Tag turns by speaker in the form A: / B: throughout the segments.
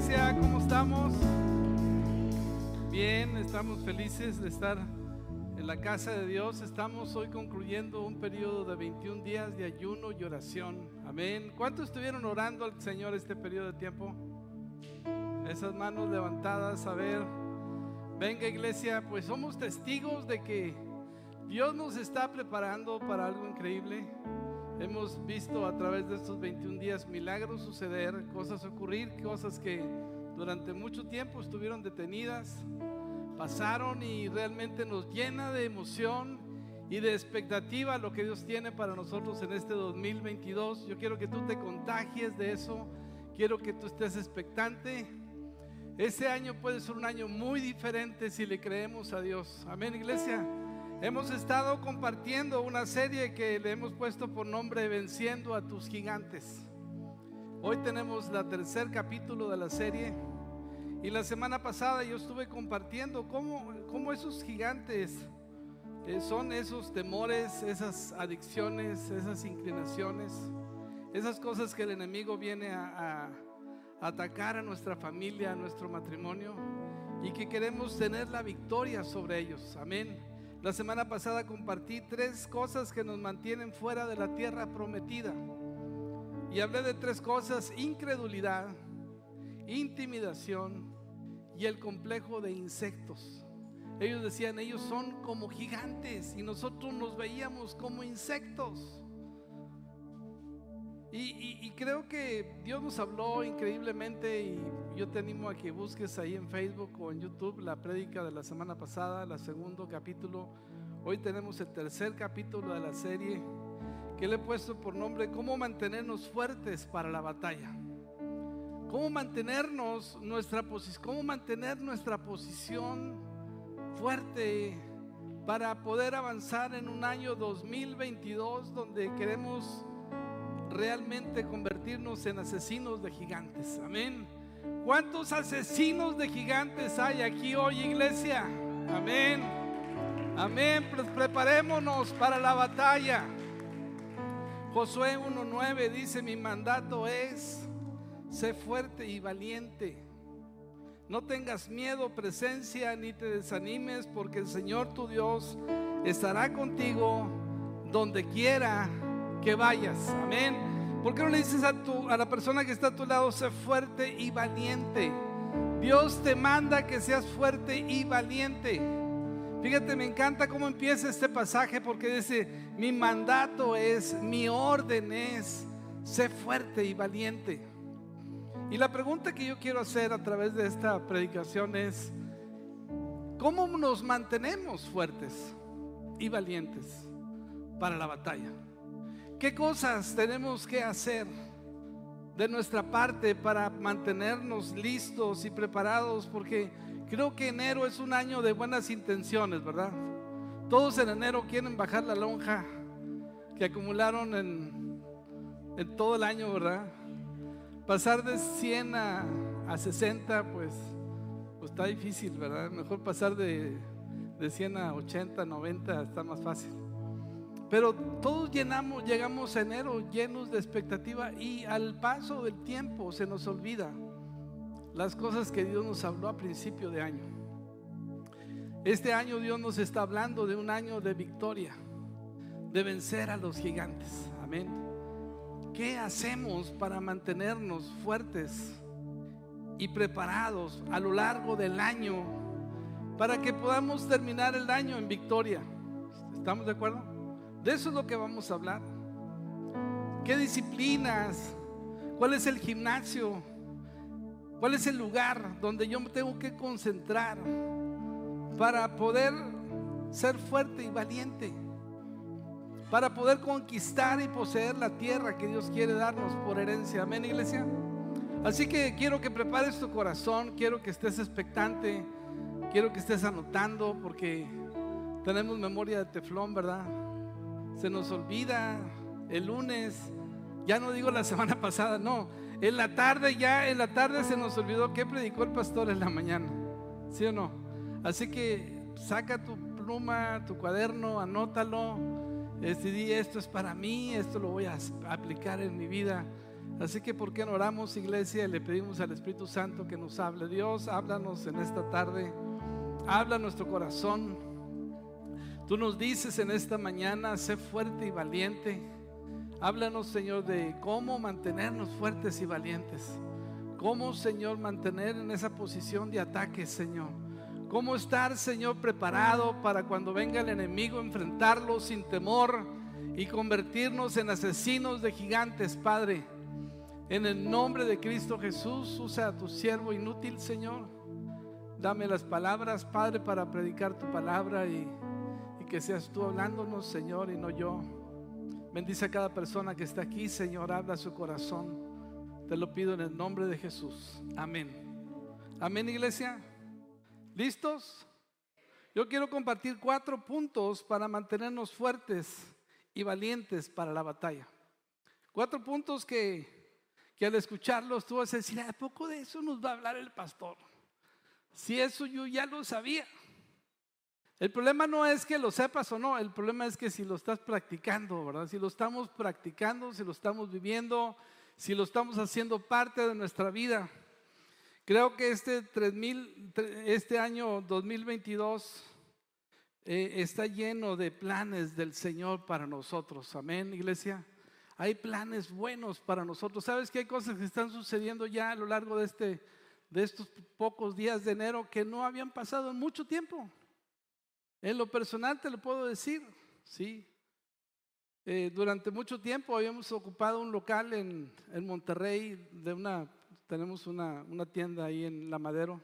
A: iglesia? ¿Cómo estamos? Bien, estamos felices de estar en la casa de Dios. Estamos hoy concluyendo un periodo de 21 días de ayuno y oración. Amén. ¿Cuántos estuvieron orando al Señor este periodo de tiempo? Esas manos levantadas, a ver. Venga, iglesia, pues somos testigos de que Dios nos está preparando para algo increíble. Hemos visto a través de estos 21 días milagros suceder, cosas ocurrir, cosas que durante mucho tiempo estuvieron detenidas, pasaron y realmente nos llena de emoción y de expectativa lo que Dios tiene para nosotros en este 2022. Yo quiero que tú te contagies de eso, quiero que tú estés expectante. Este año puede ser un año muy diferente si le creemos a Dios. Amén, iglesia. Hemos estado compartiendo una serie que le hemos puesto por nombre Venciendo a tus gigantes. Hoy tenemos el tercer capítulo de la serie. Y la semana pasada yo estuve compartiendo cómo esos gigantes son esos temores, esas adicciones, esas inclinaciones, esas cosas que el enemigo viene a atacar a nuestra familia, a nuestro matrimonio, y que queremos tener la victoria sobre ellos. Amén. La semana pasada compartí 3 cosas que nos mantienen fuera de la tierra prometida. Y hablé de 3 cosas: incredulidad, intimidación y el complejo de insectos. Ellos decían, ellos son como gigantes y nosotros nos veíamos como insectos. Y creo que Dios nos habló increíblemente, y yo te animo a que busques ahí en Facebook o en YouTube la prédica de la semana pasada, el segundo capítulo. Hoy tenemos el tercer capítulo de la serie que le he puesto por nombre ¿Cómo mantenernos fuertes para la batalla? ¿Cómo mantener nuestra posición fuerte para poder avanzar en un año 2022 donde queremos realmente convertirnos en asesinos de gigantes? Amén. ¿Cuántos asesinos de gigantes hay aquí hoy, iglesia? Amén. Amén. Pues preparémonos para la batalla. Josué 1:9 dice: mi mandato es: sé fuerte y valiente. No tengas miedo, presencia, ni te desanimes, porque el Señor tu Dios estará contigo donde quiera que vayas. Amén. ¿Por qué no le dices a la persona que está a tu lado: sé fuerte y valiente? Dios te manda que seas fuerte y valiente. Fíjate, me encanta cómo empieza este pasaje, porque dice: mi mandato es, mi orden es, sé fuerte y valiente. Y la pregunta que yo quiero hacer a través de esta predicación es: ¿cómo nos mantenemos fuertes y valientes para la batalla? ¿Qué cosas tenemos que hacer de nuestra parte para mantenernos listos y preparados? Porque creo que enero es un año de buenas intenciones, ¿verdad? Todos en enero quieren bajar la lonja que acumularon en todo el año, ¿verdad? Pasar de 100 a 60 pues está difícil, ¿verdad? Mejor pasar de 100 a 80, 90 está más fácil. Pero todos llegamos a enero llenos de expectativa, y al paso del tiempo se nos olvida las cosas que Dios nos habló a principio de año. Este año Dios nos está hablando de un año de victoria, de vencer a los gigantes. Amén. ¿Qué hacemos para mantenernos fuertes y preparados a lo largo del año para que podamos terminar el año en victoria? ¿Estamos de acuerdo? De eso es lo que vamos a hablar. ¿Qué disciplinas? ¿Cuál es el gimnasio? ¿Cuál es el lugar donde yo me tengo que concentrar para poder ser fuerte y valiente? Para poder conquistar y poseer la tierra que Dios quiere darnos por herencia. Amén, iglesia. Así que quiero que prepares tu corazón, quiero que estés expectante, quiero que estés anotando, porque tenemos memoria de teflón, ¿verdad? Se nos olvida el lunes, ya no digo la semana pasada, no, en la tarde se nos olvidó qué predicó el pastor en la mañana, ¿sí o no? Así que saca tu pluma, tu cuaderno, anótalo. Di: esto es para mí, esto lo voy a aplicar en mi vida. Así que ¿por qué no oramos, iglesia? Y le pedimos al Espíritu Santo que nos hable. Dios, háblanos en esta tarde. Habla nuestro corazón. Tú nos dices en esta mañana: sé fuerte y valiente. Háblanos, Señor, de cómo mantenernos fuertes y valientes. Cómo, Señor, mantener en esa posición de ataque, Señor. Cómo estar, Señor, preparado para cuando venga el enemigo, enfrentarlo sin temor y convertirnos en asesinos de gigantes, Padre. En el nombre de Cristo Jesús, usa a tu siervo inútil, Señor. Dame las palabras, Padre, para predicar tu palabra y que seas tú hablándonos, Señor, y no yo. Bendice a cada persona que está aquí, Señor. Habla a su corazón. Te lo pido en el nombre de Jesús. Amén. Amén, iglesia. ¿Listos? Yo quiero compartir 4 puntos para mantenernos fuertes y valientes para la batalla. 4 puntos que al escucharlos tú vas a decir: ¿a poco de eso nos va a hablar el pastor? Si eso yo ya lo sabía. El problema no es que lo sepas o no, el problema es que si lo estás practicando, ¿verdad? Si lo estamos practicando, si lo estamos viviendo, si lo estamos haciendo parte de nuestra vida. Creo que este año 2022 está lleno de planes del Señor para nosotros. Amén, iglesia. Hay planes buenos para nosotros. ¿Sabes que hay cosas que están sucediendo ya a lo largo de estos pocos días de enero que no habían pasado en mucho tiempo? En lo personal te lo puedo decir, sí. Durante mucho tiempo habíamos ocupado un local en Monterrey, tenemos una tienda ahí en La Madero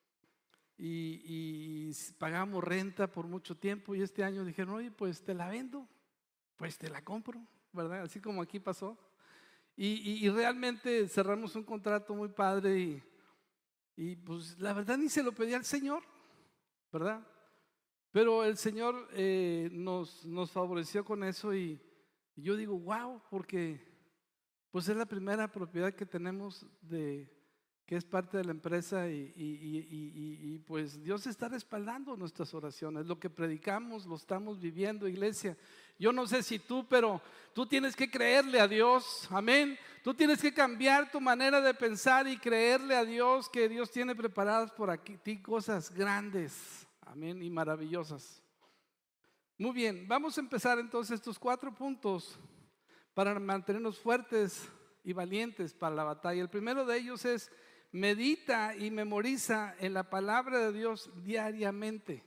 A: y pagamos renta por mucho tiempo, y este año dijeron: oye, pues te la vendo, pues te la compro, ¿verdad? Así como aquí pasó. Y realmente cerramos un contrato muy padre y pues la verdad ni se lo pedí al Señor, ¿verdad? Pero el Señor nos favoreció con eso y yo digo: wow, porque pues es la primera propiedad que tenemos que es parte de la empresa y pues Dios está respaldando nuestras oraciones. Lo que predicamos lo estamos viviendo, iglesia. Yo no sé si tú, pero tú tienes que creerle a Dios, amén. Tú tienes que cambiar tu manera de pensar y creerle a Dios que Dios tiene preparadas por ti cosas grandes. Amén, y maravillosas. Muy bien, vamos a empezar entonces estos 4 puntos para mantenernos fuertes y valientes para la batalla. El primero de ellos es: medita y memoriza en la palabra de Dios diariamente.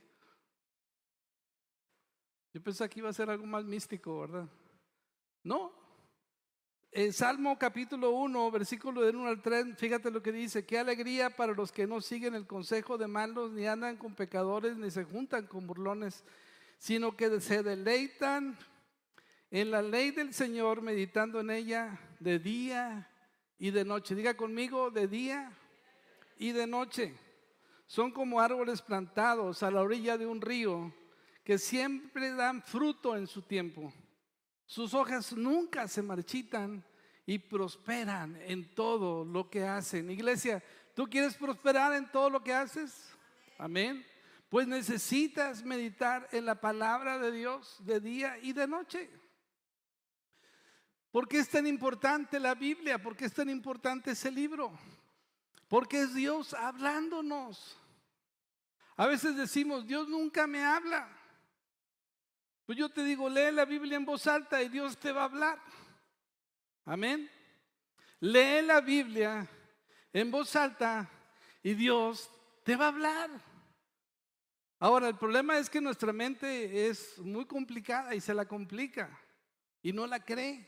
A: Yo pensé que iba a ser algo más místico, ¿verdad? No. En Salmo capítulo 1, versículo del 1 al 3, fíjate lo que dice: qué alegría para los que no siguen el consejo de malos, ni andan con pecadores, ni se juntan con burlones, sino que se deleitan en la ley del Señor, meditando en ella de día y de noche. Diga conmigo: de día y de noche. Son como árboles plantados a la orilla de un río, que siempre dan fruto en su tiempo. Sus hojas nunca se marchitan y prosperan en todo lo que hacen. Iglesia, ¿tú quieres prosperar en todo lo que haces? Amén. Pues necesitas meditar en la palabra de Dios de día y de noche. ¿Por qué es tan importante la Biblia? ¿Por qué es tan importante ese libro? Porque es Dios hablándonos. A veces decimos: Dios nunca me habla. Pues yo te digo: lee la Biblia en voz alta y Dios te va a hablar. Amén. Lee la Biblia en voz alta y Dios te va a hablar. Ahora, el problema es que nuestra mente es muy complicada y se la complica y no la cree.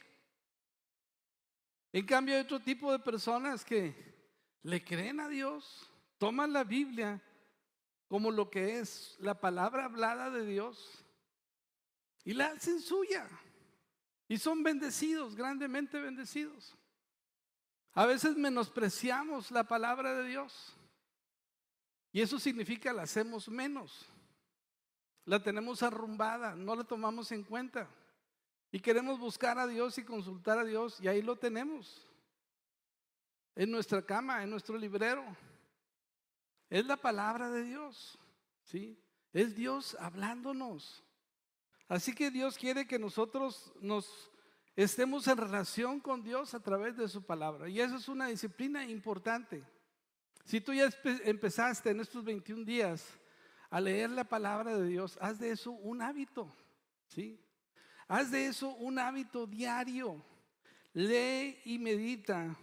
A: En cambio, hay otro tipo de personas que le creen a Dios, toman la Biblia como lo que es la palabra hablada de Dios y la hacen suya. Y son bendecidos, grandemente bendecidos. A veces menospreciamos la palabra de Dios. Y eso significa la hacemos menos. La tenemos arrumbada, no la tomamos en cuenta. Y queremos buscar a Dios y consultar a Dios, y ahí lo tenemos. En nuestra cama, en nuestro librero. Es la palabra de Dios, ¿sí? Es Dios hablándonos. Así que Dios quiere que nosotros nos estemos en relación con Dios a través de su palabra. Y eso es una disciplina importante. Si tú ya empezaste en estos 21 días a leer la palabra de Dios, haz de eso un hábito, ¿sí? Haz de eso un hábito diario. Lee y medita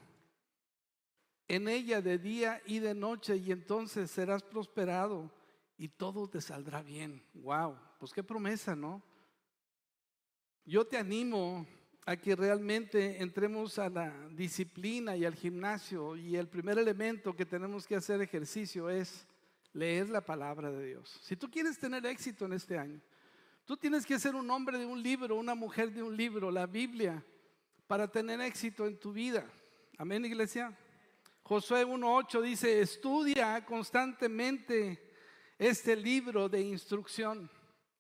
A: en ella de día y de noche, y entonces serás prosperado y todo te saldrá bien. Wow, pues qué promesa, ¿no? Yo te animo a que realmente entremos a la disciplina y al gimnasio, y el primer elemento que tenemos que hacer ejercicio es leer la palabra de Dios. Si tú quieres tener éxito en este año, tú tienes que ser un hombre de un libro, una mujer de un libro, la Biblia, para tener éxito en tu vida. Amén, iglesia. Josué 1:8 dice: estudia constantemente este libro de instrucción.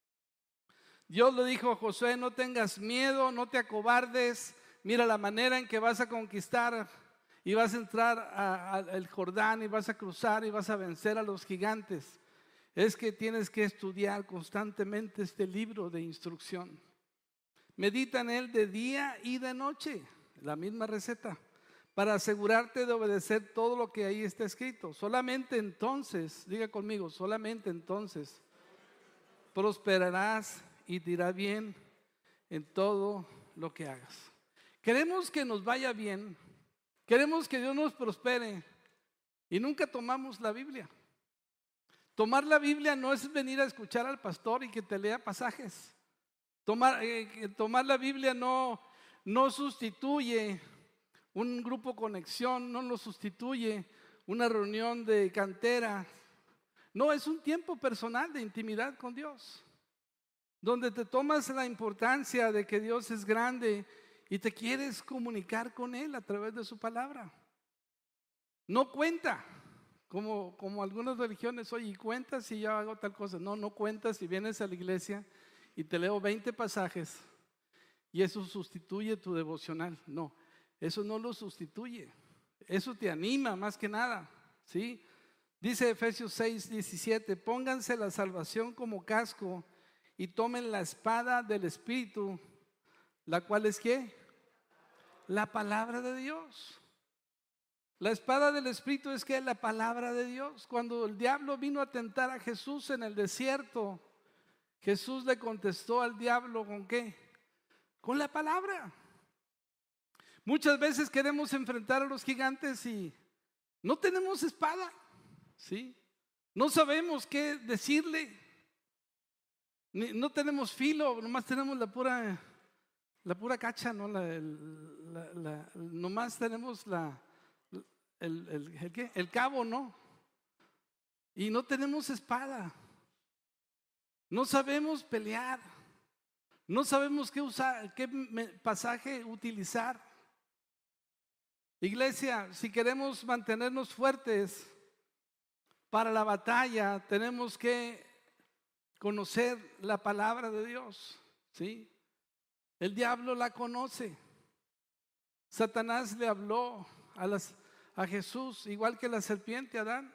A: Dios le dijo a Josué: no tengas miedo, no te acobardes. Mira la manera en que vas a conquistar y vas a entrar al Jordán y vas a cruzar y vas a vencer a los gigantes. Es que tienes que estudiar constantemente este libro de instrucción. Medita en él de día y de noche, la misma receta, para asegurarte de obedecer todo lo que ahí está escrito. Solamente entonces, diga conmigo, solamente entonces prosperarás y te irá bien en todo lo que hagas. Queremos que nos vaya bien, queremos que Dios nos prospere, y nunca tomamos la Biblia. Tomar la Biblia no es venir a escuchar al pastor y que te lea pasajes. Tomar la Biblia no sustituye un grupo conexión, no lo sustituye una reunión de cantera. No, es un tiempo personal de intimidad con Dios, donde te tomas la importancia de que Dios es grande y te quieres comunicar con Él a través de su palabra. No cuenta, como algunas religiones, oye, cuentas si yo hago tal cosa. No cuentas si vienes a la iglesia y te leo 20 pasajes y eso sustituye tu devocional. No, eso no lo sustituye. Eso te anima más que nada, ¿sí? Dice Efesios 6:17: pónganse la salvación como casco y tomen la espada del Espíritu, la cual es ¿qué? La palabra de Dios. La espada del Espíritu es ¿qué? La palabra de Dios. Cuando el diablo vino a tentar a Jesús en el desierto, Jesús le contestó al diablo ¿con qué? Con la palabra. Muchas veces queremos enfrentar a los gigantes y no tenemos espada, ¿sí? No sabemos qué decirle. No tenemos filo, nomás tenemos la pura cacha, ¿no? Nomás tenemos el cabo, ¿no? Y no tenemos espada. No sabemos pelear. No sabemos qué usar, qué pasaje utilizar. Iglesia, si queremos mantenernos fuertes para la batalla, tenemos que conocer la palabra de Dios, ¿sí? El diablo la conoce. Satanás le habló a Jesús igual que la serpiente a Adán.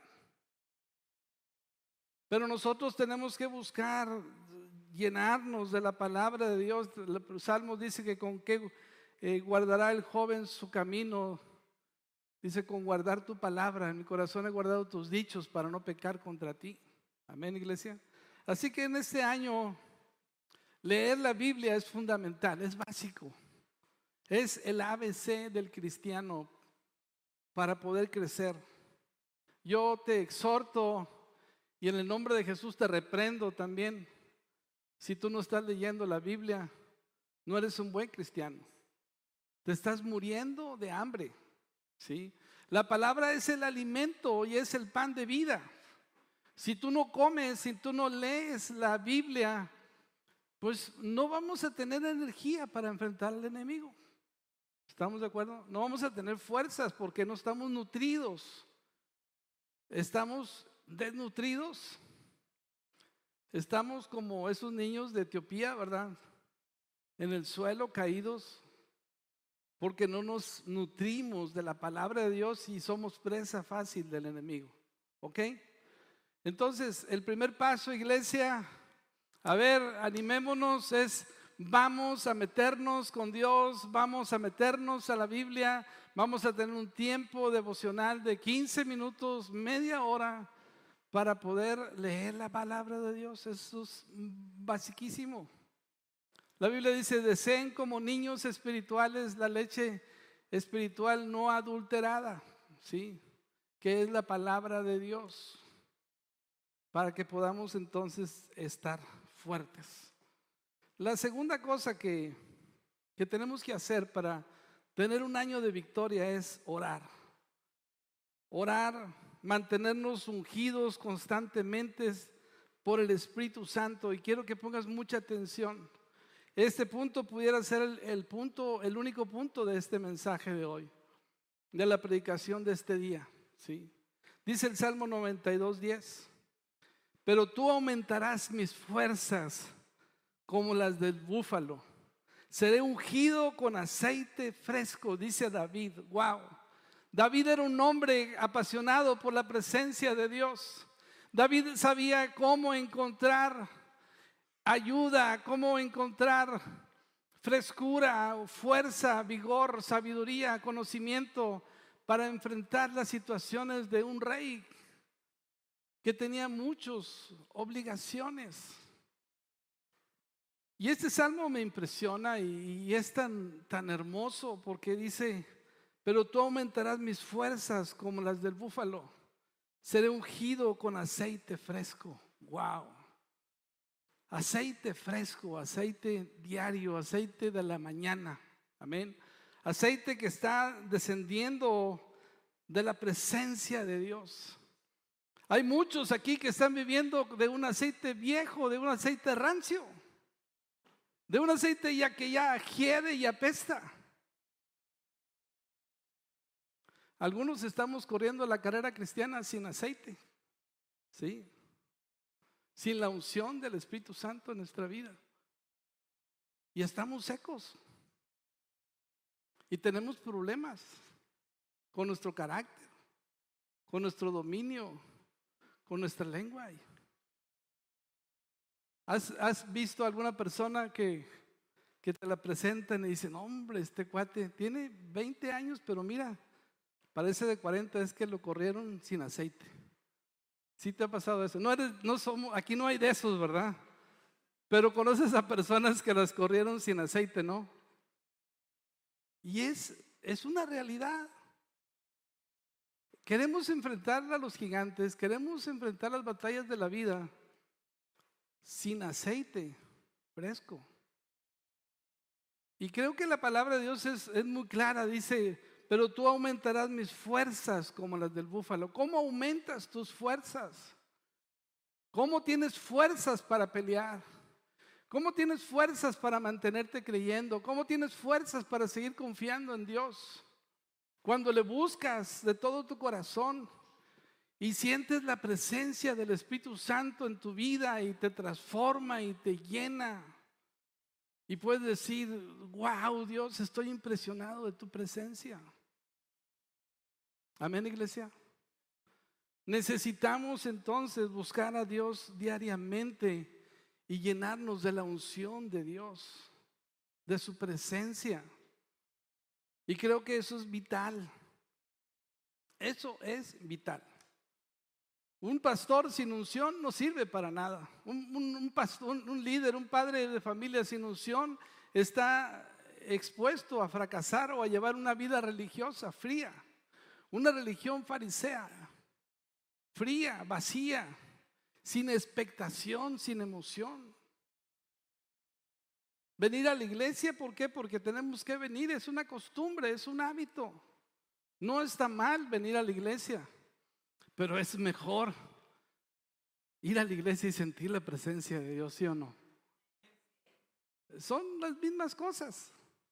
A: Pero nosotros tenemos que buscar llenarnos de la palabra de Dios. El Salmo dice que con qué guardará el joven su camino. Dice: con guardar tu palabra. En mi corazón he guardado tus dichos para no pecar contra ti. Amén, iglesia. Así que en este año leer la Biblia es fundamental, es básico. Es el ABC del cristiano para poder crecer. Yo te exhorto y en el nombre de Jesús te reprendo también. Si tú no estás leyendo la Biblia, no eres un buen cristiano. Te estás muriendo de hambre, ¿sí? La palabra es el alimento y es el pan de vida. Si tú no comes, si tú no lees la Biblia, pues no vamos a tener energía para enfrentar al enemigo. ¿Estamos de acuerdo? No vamos a tener fuerzas porque no estamos nutridos. Estamos desnutridos. Estamos como esos niños de Etiopía, ¿verdad? En el suelo caídos porque no nos nutrimos de la palabra de Dios y somos presa fácil del enemigo. ¿Ok? Entonces, el primer paso, iglesia, a ver, animémonos, es vamos a meternos con Dios, vamos a meternos a la Biblia, vamos a tener un tiempo devocional de 15 minutos, media hora, para poder leer la palabra de Dios. Eso es basiquísimo. La Biblia dice: deseen como niños espirituales la leche espiritual no adulterada, ¿sí? Que es la palabra de Dios, para que podamos entonces estar fuertes. La segunda cosa que tenemos que hacer para tener un año de victoria es orar. Orar, mantenernos ungidos constantemente por el Espíritu Santo. Y quiero que pongas mucha atención. Este punto pudiera ser el único punto de este mensaje de hoy, de la predicación de este día, ¿sí? Dice el Salmo 92:10: pero tú aumentarás mis fuerzas como las del búfalo. Seré ungido con aceite fresco, dice David. Wow. David era un hombre apasionado por la presencia de Dios. David sabía cómo encontrar ayuda, cómo encontrar frescura, fuerza, vigor, sabiduría, conocimiento para enfrentar las situaciones de un rey que tenía muchas obligaciones. Y este salmo me impresiona y es tan hermoso, porque dice: pero tú aumentarás mis fuerzas como las del búfalo, seré ungido con aceite fresco. Wow. Aceite fresco, aceite diario, aceite de la mañana. Amén. Aceite que está descendiendo de la presencia de Dios. Hay muchos aquí que están viviendo de un aceite viejo, de un aceite rancio, de un aceite que ya hiede y apesta. Algunos estamos corriendo la carrera cristiana sin aceite, ¿sí? Sin la unción del Espíritu Santo en nuestra vida. Y estamos secos. Y tenemos problemas con nuestro carácter, con nuestro dominio, con nuestra lengua. ¿Has visto alguna persona que te la presentan y dicen: hombre, este cuate tiene 20 años, pero mira, parece de 40, es que lo corrieron sin aceite? ¿Sí te ha pasado eso? Aquí no hay de esos, ¿verdad? Pero conoces a personas que las corrieron sin aceite, ¿no? Y es una realidad. Queremos enfrentar a los gigantes, queremos enfrentar las batallas de la vida sin aceite fresco. Y creo que la palabra de Dios es muy clara. Dice: pero tú aumentarás mis fuerzas como las del búfalo. ¿Cómo aumentas tus fuerzas? ¿Cómo tienes fuerzas para pelear? ¿Cómo tienes fuerzas para mantenerte creyendo? ¿Cómo tienes fuerzas para seguir confiando en Dios? Cuando le buscas de todo tu corazón y sientes la presencia del Espíritu Santo en tu vida y te transforma y te llena. Y puedes decir: wow, Dios, estoy impresionado de tu presencia. Amén, iglesia. Necesitamos entonces buscar a Dios diariamente y llenarnos de la unción de Dios, de su presencia. Y creo que eso es vital. Eso es vital. Un pastor sin unción no sirve para nada. Un pastor, un líder, un padre de familia sin unción está expuesto a fracasar o a llevar una vida religiosa fría. Una religión farisea, fría, vacía, sin expectación, sin emoción. Venir a la iglesia, ¿por qué? Porque tenemos que venir, es una costumbre, es un hábito. No está mal venir a la iglesia, pero es mejor ir a la iglesia y sentir la presencia de Dios, ¿sí o no? Son las mismas cosas,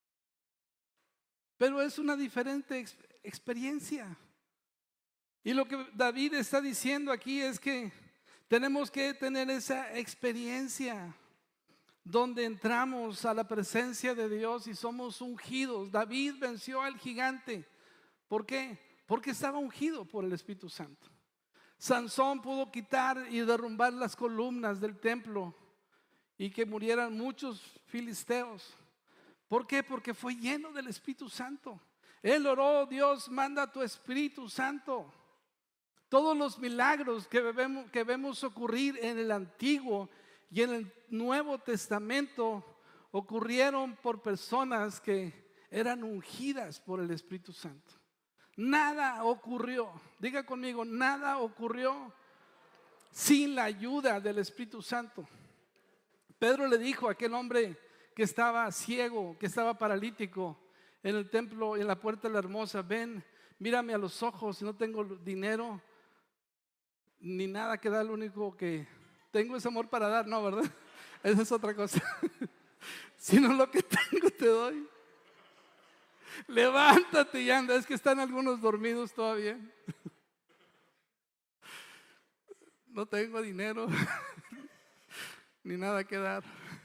A: pero es una diferente experiencia. Y lo que David está diciendo aquí es que tenemos que tener esa experiencia donde entramos a la presencia de Dios y somos ungidos. David venció al gigante. ¿Por qué? Porque estaba ungido por el Espíritu Santo. Sansón pudo quitar y derrumbar las columnas del templo y que murieran muchos filisteos. ¿Por qué? Porque fue lleno del Espíritu Santo. Él oró: Dios, manda tu Espíritu Santo. Todos los milagros que vemos ocurrir en el Antiguo y en el Nuevo Testamento ocurrieron por personas que eran ungidas por el Espíritu Santo. Nada ocurrió, diga conmigo, nada ocurrió sin la ayuda del Espíritu Santo. Pedro le dijo a aquel hombre que estaba ciego, que estaba paralítico en el templo, en la puerta de la Hermosa: ven, mírame a los ojos, no tengo dinero ni nada que dar, lo único que tengo es amor para dar. No, ¿verdad? Esa es otra cosa. Sino lo que tengo te doy. Levántate y anda. Es que están algunos dormidos todavía. No tengo dinero ni nada que dar.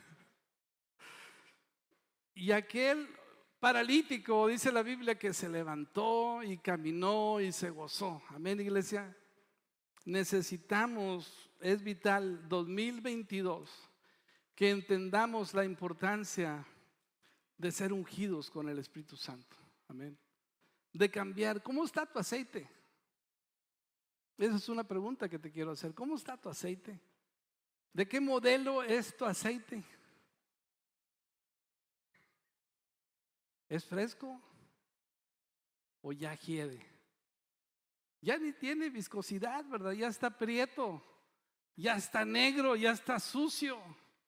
A: Y aquel paralítico, dice la Biblia, que se levantó y caminó y se gozó. Amén, iglesia. Necesitamos, es vital, 2022, que entendamos la importancia de ser ungidos con el Espíritu Santo. Amén. De cambiar. ¿Cómo está tu aceite? Esa es una pregunta que te quiero hacer. ¿Cómo está tu aceite? ¿De qué modelo es tu aceite? ¿Es fresco o ya hiede? Ya ni tiene viscosidad, ¿verdad? Ya está prieto, ya está negro, ya está sucio,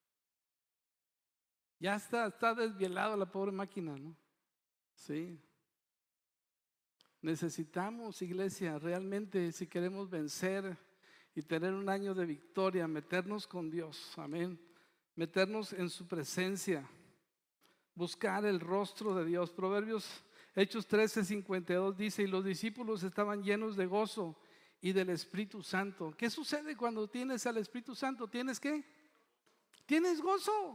A: ya está desvielado la pobre máquina, ¿no? Sí. Necesitamos, iglesia, realmente, si queremos vencer y tener un año de victoria, meternos con Dios, amén, meternos en su presencia, buscar el rostro de Dios. Hechos 13:52 dice: y los discípulos estaban llenos de gozo y del Espíritu Santo. ¿Qué sucede cuando tienes al Espíritu Santo? ¿Tienes qué? Tienes gozo.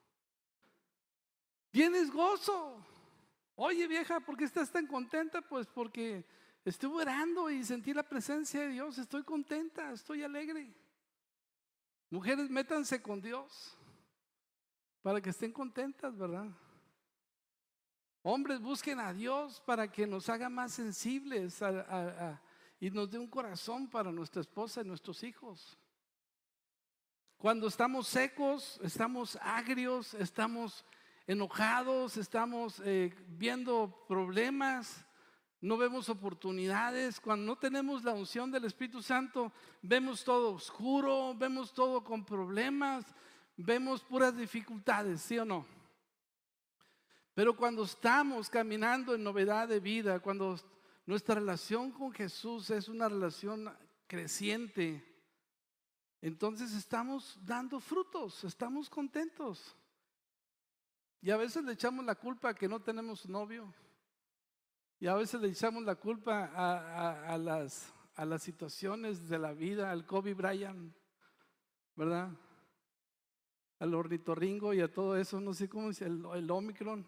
A: Tienes gozo. Oye, vieja, ¿por qué estás tan contenta? Pues porque estuve orando y sentí la presencia de Dios. Estoy contenta, estoy alegre. Mujeres, métanse con Dios para que estén contentas, ¿verdad? Hombres, busquen a Dios para que nos haga más sensibles y nos dé un corazón para nuestra esposa y nuestros hijos. Cuando estamos secos, estamos agrios, estamos enojados, estamos viendo problemas, no vemos oportunidades. Cuando no tenemos la unción del Espíritu Santo, vemos todo oscuro, vemos todo con problemas, vemos puras dificultades, ¿sí o no? Pero cuando estamos caminando en novedad de vida, cuando nuestra relación con Jesús es una relación creciente, entonces estamos dando frutos, estamos contentos. Y a veces le echamos la culpa a que no tenemos novio. Y a veces le echamos la culpa a las situaciones de la vida, al Kobe Bryant, ¿verdad? Al ornitorrinco y a todo eso, no sé cómo dice, el Omicron.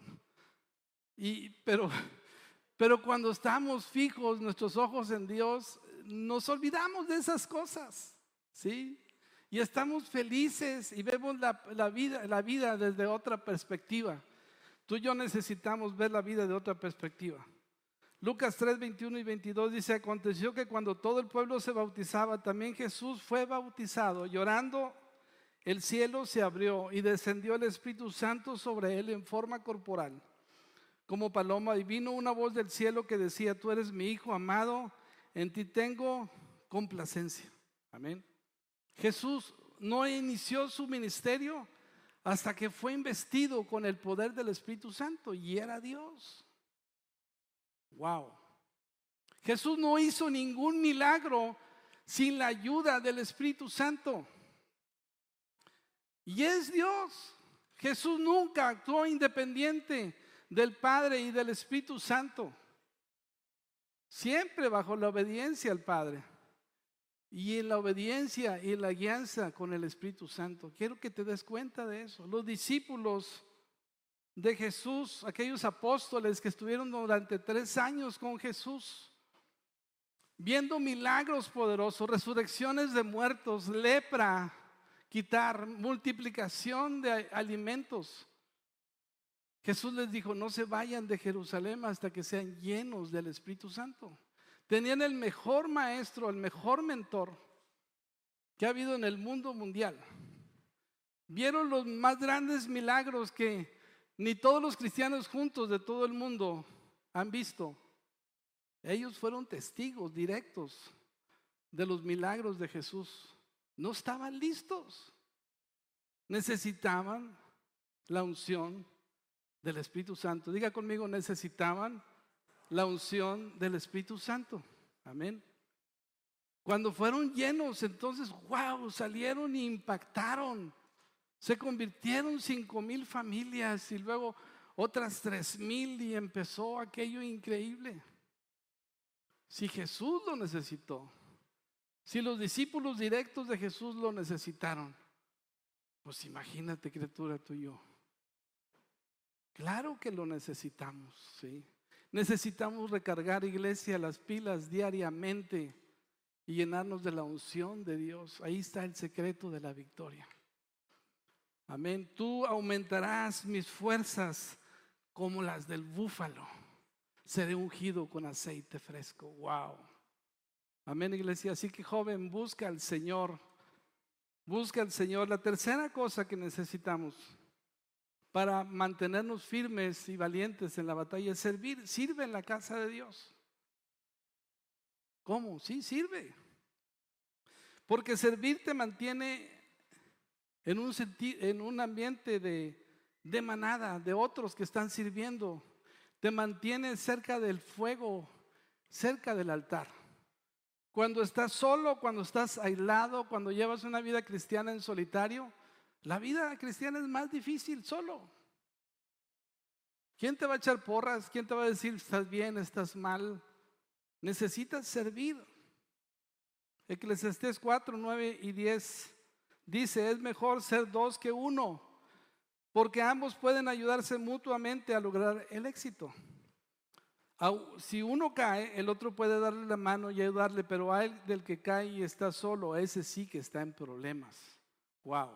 A: Pero cuando estamos fijos, nuestros ojos en Dios, nos olvidamos de esas cosas, ¿sí? Y estamos felices y vemos la vida desde otra perspectiva. Tú y yo necesitamos ver la vida de otra perspectiva. Lucas 3, 21 y 22 dice: aconteció que cuando todo el pueblo se bautizaba, también Jesús fue bautizado. Llorando, el cielo se abrió y descendió el Espíritu Santo sobre él en forma corporal, como paloma, y vino una voz del cielo que decía: tú eres mi Hijo amado, en ti tengo complacencia. Amén. Jesús no inició su ministerio hasta que fue investido con el poder del Espíritu Santo y era Dios. Wow. Jesús no hizo ningún milagro sin la ayuda del Espíritu Santo. Y es Dios. Jesús nunca actuó independiente del Padre y del Espíritu Santo. Siempre bajo la obediencia al Padre. Y en la obediencia y en la guianza con el Espíritu Santo. Quiero que te des cuenta de eso. Los discípulos de Jesús, aquellos apóstoles que estuvieron durante 3 años con Jesús, viendo milagros poderosos, resurrecciones de muertos, lepra quitar, multiplicación de alimentos. Jesús les dijo, no se vayan de Jerusalén hasta que sean llenos del Espíritu Santo. Tenían el mejor maestro, el mejor mentor que ha habido en el mundo mundial. Vieron los más grandes milagros que ni todos los cristianos juntos de todo el mundo han visto. Ellos fueron testigos directos de los milagros de Jesús. No estaban listos. Necesitaban la unción del Espíritu Santo. Diga conmigo, necesitaban la unción del Espíritu Santo. Amén. Cuando fueron llenos, entonces, wow, salieron e impactaron. Se convirtieron 5,000 familias y luego otras 3,000 y empezó aquello increíble. Si Jesús lo necesitó, si los discípulos directos de Jesús lo necesitaron, pues imagínate, criatura, tú y yo. Claro que lo necesitamos, ¿sí? Necesitamos recargar, iglesia, las pilas diariamente y llenarnos de la unción de Dios. Ahí está el secreto de la victoria. Amén. Tú aumentarás mis fuerzas como las del búfalo. Seré ungido con aceite fresco. Wow. Amén, iglesia. Así que, joven, busca al Señor. Busca al Señor. La tercera cosa que necesitamos para mantenernos firmes y valientes en la batalla es servir. Sirve en la casa de Dios. ¿Cómo? Sí, sirve. Porque servir te mantiene en un ambiente de manada, de otros que están sirviendo. Te mantiene cerca del fuego, cerca del altar. Cuando estás solo, cuando estás aislado, cuando llevas una vida cristiana en solitario, la vida cristiana es más difícil solo. ¿Quién te va a echar porras? ¿Quién te va a decir estás bien, estás mal? Necesitas servir. Eclesiastés 4, 9 y 10 dice, es mejor ser dos que uno, porque ambos pueden ayudarse mutuamente a lograr el éxito. Si uno cae, el otro puede darle la mano y ayudarle, pero a él del que cae y está solo, ese sí que está en problemas. Wow.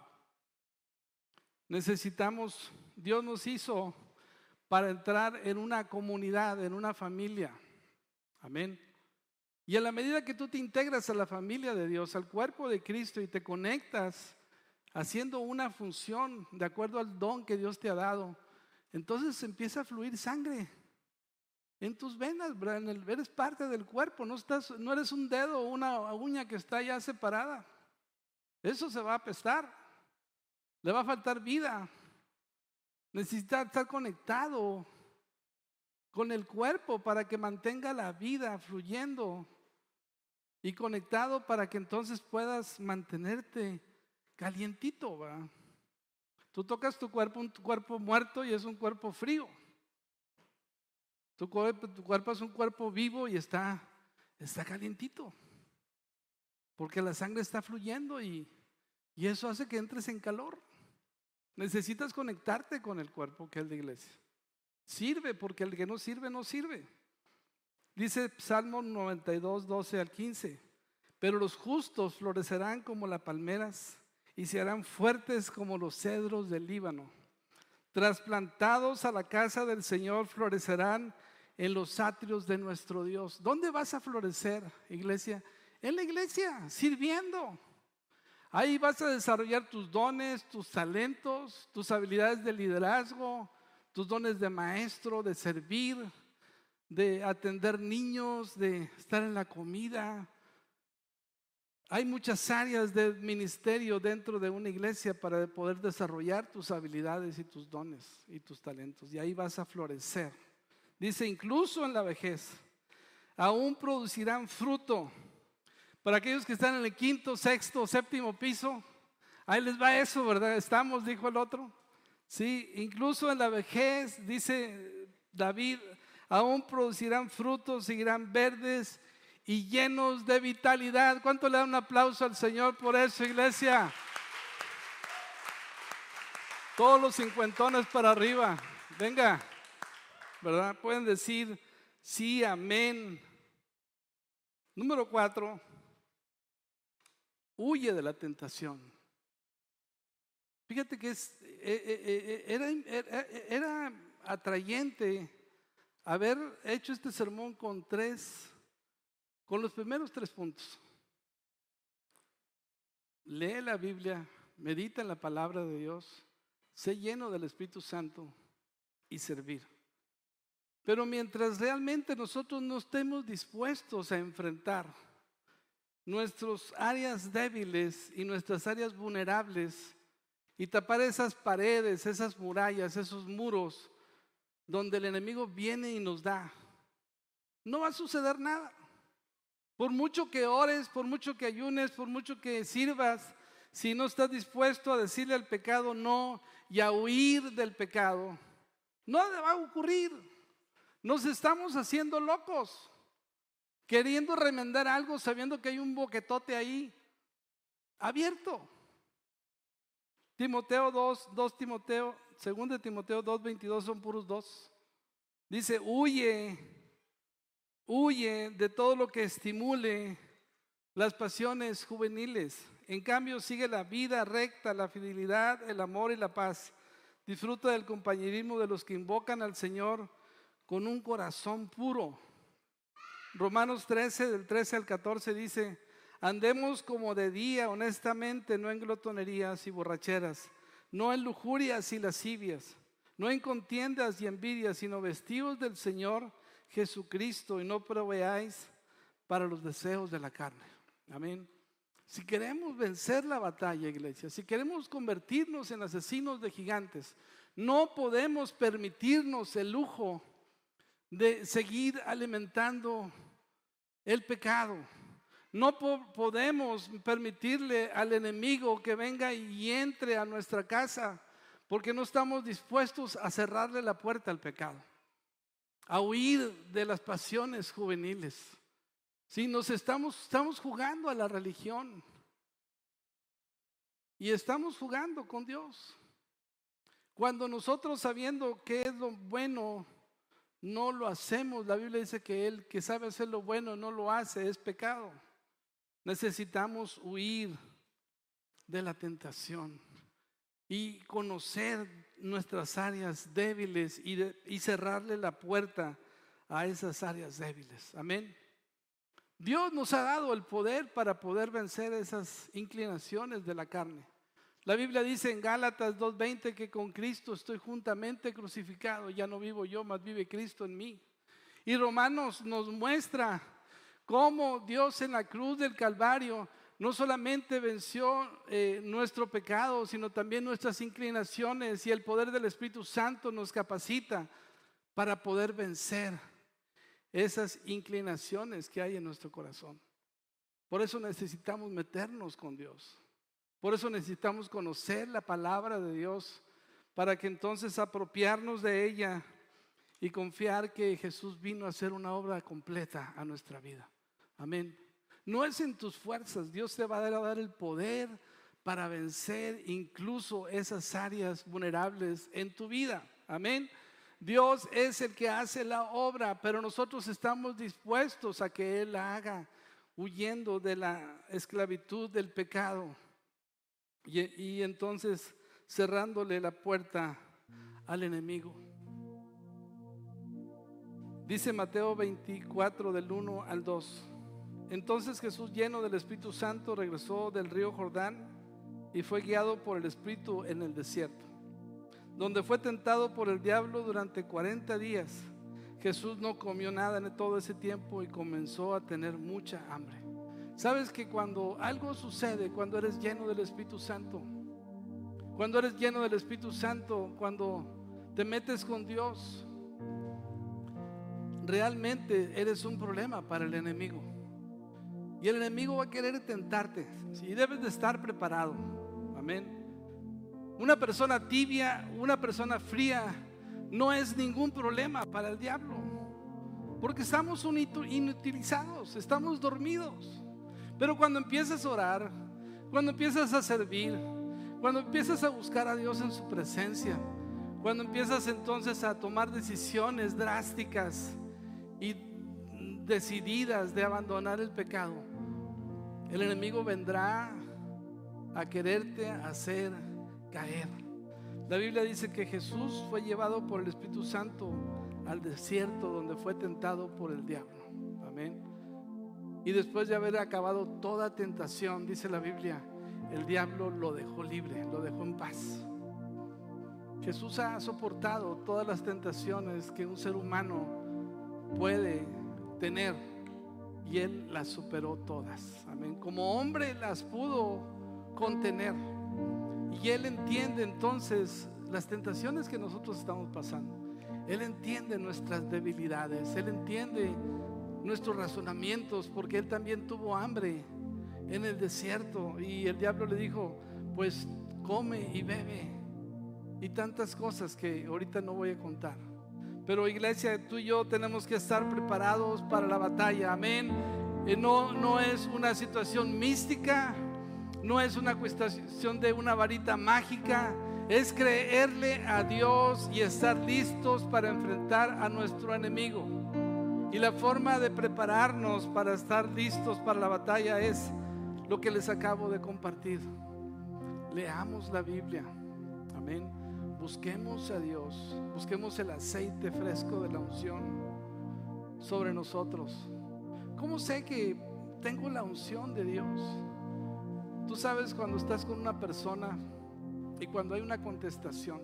A: Necesitamos, Dios nos hizo para entrar en una comunidad, en una familia. Amén. Y a la medida que tú te integras a la familia de Dios, al cuerpo de Cristo y te conectas haciendo una función de acuerdo al don que Dios te ha dado, entonces empieza a fluir sangre en tus venas, eres parte del cuerpo, no eres un dedo o una uña que está ya separada. Eso se va a apestar, le va a faltar vida. Necesitas estar conectado con el cuerpo para que mantenga la vida fluyendo y conectado para que entonces puedas mantenerte calientito, ¿va? Tú tocas tu cuerpo, un cuerpo muerto y es un cuerpo frío. Tu cuerpo es un cuerpo vivo y está calientito. Porque la sangre está fluyendo y eso hace que entres en calor. Necesitas conectarte con el cuerpo que es la iglesia. Sirve, porque el que no sirve, no sirve. Dice Salmo 92, 12 al 15. Pero los justos florecerán como las palmeras y se harán fuertes como los cedros del Líbano. Trasplantados a la casa del Señor, florecerán en los atrios de nuestro Dios. ¿Dónde vas a florecer, iglesia? En la iglesia, sirviendo. Ahí vas a desarrollar tus dones, tus talentos, tus habilidades de liderazgo, tus dones de maestro, de servir, de atender niños, de estar en la comida. Hay muchas áreas de ministerio dentro de una iglesia para poder desarrollar tus habilidades y tus dones y tus talentos. Y ahí vas a florecer. Dice, incluso en la vejez, aún producirán fruto. Para aquellos que están en el 5º, 6º, 7º piso, ahí les va eso, ¿verdad? Estamos, dijo el otro. Sí, incluso en la vejez, dice David, aún producirán frutos, seguirán verdes y llenos de vitalidad. ¿Cuánto le dan un aplauso al Señor por eso, iglesia? Todos los cincuentones para arriba, venga, ¿verdad? Pueden decir sí, amén. Número 4, huye de la tentación. Fíjate que era atrayente haber hecho este sermón con los primeros 3 puntos. Lee la Biblia, medita en la palabra de Dios, sé lleno del Espíritu Santo y servir. Pero mientras realmente nosotros no estemos dispuestos a enfrentar nuestras áreas débiles y nuestras áreas vulnerables y tapar esas paredes, esas murallas, esos muros donde el enemigo viene y nos da, no va a suceder nada. Por mucho que ores, por mucho que ayunes, por mucho que sirvas, si no estás dispuesto a decirle al pecado no y a huir del pecado, no va a ocurrir. Nos estamos haciendo locos, queriendo remendar algo sabiendo que hay un boquetote ahí abierto. Timoteo 2 Timoteo, 2 Timoteo 2:22 son puros 2. Dice, huye de todo lo que estimule las pasiones juveniles. En cambio, sigue la vida recta, la fidelidad, el amor y la paz. Disfruta del compañerismo de los que invocan al Señor con un corazón puro. Romanos 13, del 13 al 14 dice, andemos como de día honestamente, no en glotonerías y borracheras, no en lujurias y lascivias, no en contiendas y envidias, sino vestidos del Señor Jesucristo y no proveáis para los deseos de la carne. Amén. Si queremos vencer la batalla, iglesia, si queremos convertirnos en asesinos de gigantes, no podemos permitirnos el lujo de seguir alimentando el pecado. No podemos permitirle al enemigo que venga y entre a nuestra casa porque no estamos dispuestos a cerrarle la puerta al pecado, a huir de las pasiones juveniles. Sí, estamos jugando a la religión y estamos jugando con Dios. Cuando nosotros, sabiendo qué es lo bueno, no lo hacemos, la Biblia dice que el que sabe hacer lo bueno no lo hace, es pecado. Necesitamos huir de la tentación y conocer nuestras áreas débiles y cerrarle la puerta a esas áreas débiles. Amén. Dios nos ha dado el poder para poder vencer esas inclinaciones de la carne. La Biblia dice en Gálatas 2:20 que con Cristo estoy juntamente crucificado, ya no vivo yo, mas vive Cristo en mí. Y Romanos nos muestra cómo Dios en la cruz del Calvario no solamente venció nuestro pecado, sino también nuestras inclinaciones, y el poder del Espíritu Santo nos capacita para poder vencer esas inclinaciones que hay en nuestro corazón. Por eso necesitamos meternos con Dios. Por eso necesitamos conocer la palabra de Dios para que entonces apropiarnos de ella y confiar que Jesús vino a hacer una obra completa a nuestra vida. Amén. No es en tus fuerzas, Dios te va a dar el poder para vencer incluso esas áreas vulnerables en tu vida. Amén. Dios es el que hace la obra, pero nosotros estamos dispuestos a que Él la haga, huyendo de la esclavitud del pecado y entonces cerrándole la puerta al enemigo. Dice Mateo 24 del 1 al 2. Entonces Jesús, lleno del Espíritu Santo, regresó del río Jordán y fue guiado por el Espíritu en el desierto, donde fue tentado por el diablo durante 40 días. Jesús no comió nada en todo ese tiempo y comenzó a tener mucha hambre. Sabes que cuando algo sucede, cuando eres lleno del Espíritu Santo, cuando te metes con Dios, realmente eres un problema para el enemigo. Y el enemigo va a querer tentarte, y debes de estar preparado. Amén. Una persona tibia, una persona fría, no es ningún problema para el diablo, porque estamos inutilizados, estamos dormidos. Pero cuando empiezas a orar, cuando empiezas a servir, cuando empiezas a buscar a Dios en su presencia, cuando empiezas entonces a tomar decisiones drásticas y decididas de abandonar el pecado, el enemigo vendrá a quererte hacer caer. La Biblia dice que Jesús fue llevado por el Espíritu Santo al desierto, donde fue tentado por el diablo. Amén. Y después de haber acabado toda tentación, dice la Biblia, el diablo lo dejó libre, lo dejó en paz. Jesús ha soportado todas las tentaciones que un ser humano puede tener, y Él las superó todas. Amén. Como hombre las pudo contener, y Él entiende entonces las tentaciones que nosotros estamos pasando. Él entiende nuestras debilidades, Él entiende nuestros razonamientos, porque Él también tuvo hambre en el desierto, y el diablo le dijo: pues come y bebe, y tantas cosas que ahorita no voy a contar. Pero iglesia, tú y yo tenemos que estar preparados para la batalla. Amén. No es una situación mística, no es una cuestión de una varita mágica. Es creerle a Dios y estar listos para enfrentar a nuestro enemigo. Y la forma de prepararnos para estar listos para la batalla es lo que les acabo de compartir. Leamos la Biblia. Amén. Busquemos a Dios, busquemos el aceite fresco de la unción sobre nosotros. ¿Cómo sé que tengo la unción de Dios? Tú sabes cuando estás con una persona y cuando hay una contestación.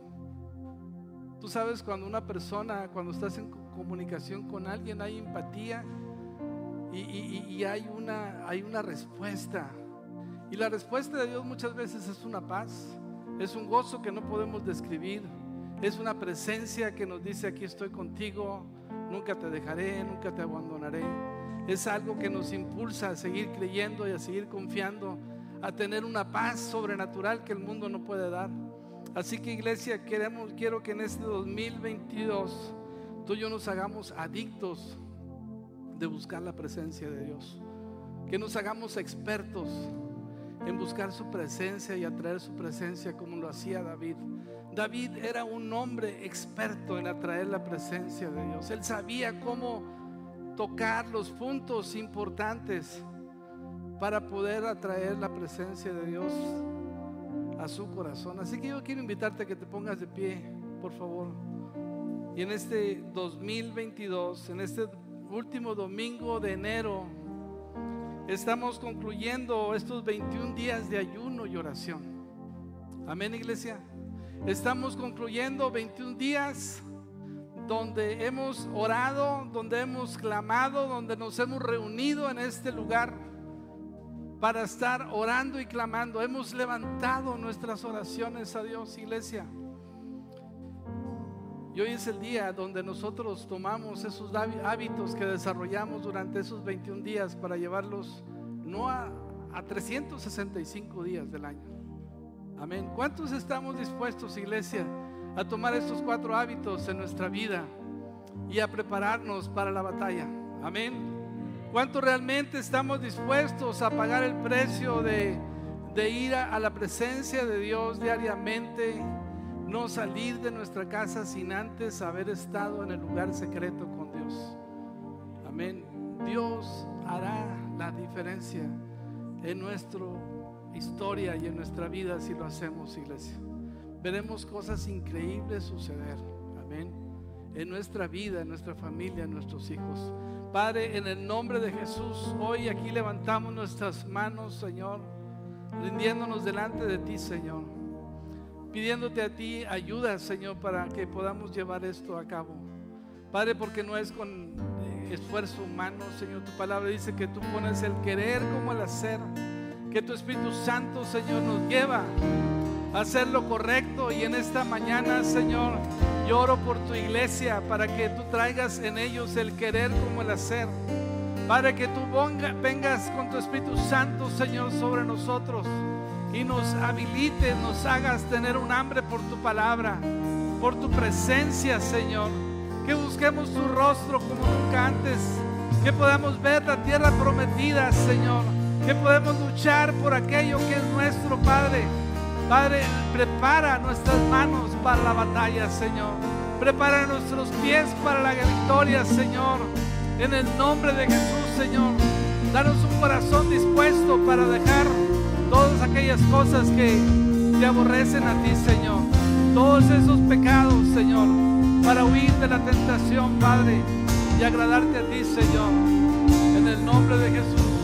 A: Tú sabes cuando una persona, cuando estás en comunicación con alguien, hay empatía y hay una respuesta. Y la respuesta de Dios muchas veces es una paz. Es un gozo que no podemos describir. Es una presencia que nos dice: aquí estoy contigo, nunca te dejaré, nunca te abandonaré. Es algo que nos impulsa a seguir creyendo y a seguir confiando, a tener una paz sobrenatural que el mundo no puede dar. Así que iglesia, quiero que en este 2022 tú y yo nos hagamos adictos de buscar la presencia de Dios, que nos hagamos expertos en buscar su presencia y atraer su presencia como lo hacía David. David era un hombre experto en atraer la presencia de Dios. Él sabía cómo tocar los puntos importantes para poder atraer la presencia de Dios a su corazón. Así que yo quiero invitarte a que te pongas de pie, por favor. Y en este 2022, en este último domingo de enero, estamos concluyendo estos 21 días de ayuno y oración. Amén, iglesia. Estamos concluyendo 21 días donde hemos orado, donde hemos clamado, donde nos hemos reunido en este lugar para estar orando y clamando. Hemos levantado nuestras oraciones a Dios, iglesia. Y hoy es el día donde nosotros tomamos esos hábitos que desarrollamos durante esos 21 días para llevarlos no a 365 días del año. Amén. ¿Cuántos estamos dispuestos, iglesia, a tomar estos 4 hábitos en nuestra vida y a prepararnos para la batalla? Amén. ¿Cuántos realmente estamos dispuestos a pagar el precio de ir a la presencia de Dios diariamente? No salir de nuestra casa sin antes haber estado en el lugar secreto con Dios. Amén. Dios hará la diferencia en nuestra historia y en nuestra vida si lo hacemos, iglesia. Veremos cosas increíbles suceder. Amén. En nuestra vida, en nuestra familia, en nuestros hijos. Padre, en el nombre de Jesús, hoy aquí levantamos nuestras manos, Señor, rindiéndonos delante de ti, Señor, pidiéndote a ti ayuda, Señor, para que podamos llevar esto a cabo. Padre, porque no es con esfuerzo humano, Señor. Tu palabra dice que tú pones el querer como el hacer, que tu Espíritu Santo, Señor, nos lleva a hacer lo correcto. Y en esta mañana, Señor, yo oro por tu iglesia para que tú traigas en ellos el querer como el hacer. Padre, que tú vengas con tu Espíritu Santo, Señor, sobre nosotros y nos habilite, nos hagas tener un hambre por tu palabra, por tu presencia, Señor. Que busquemos tu rostro como nunca antes, que podamos ver la tierra prometida, Señor, que podemos luchar por aquello que es nuestro, Padre. Padre, prepara nuestras manos para la batalla, Señor. Prepara nuestros pies para la victoria, Señor. En el nombre de Jesús, Señor, danos un corazón dispuesto para dejar todas aquellas cosas que te aborrecen a ti, Señor. Todos esos pecados, Señor, para huir de la tentación, Padre, y agradarte a ti, Señor. En el nombre de Jesús.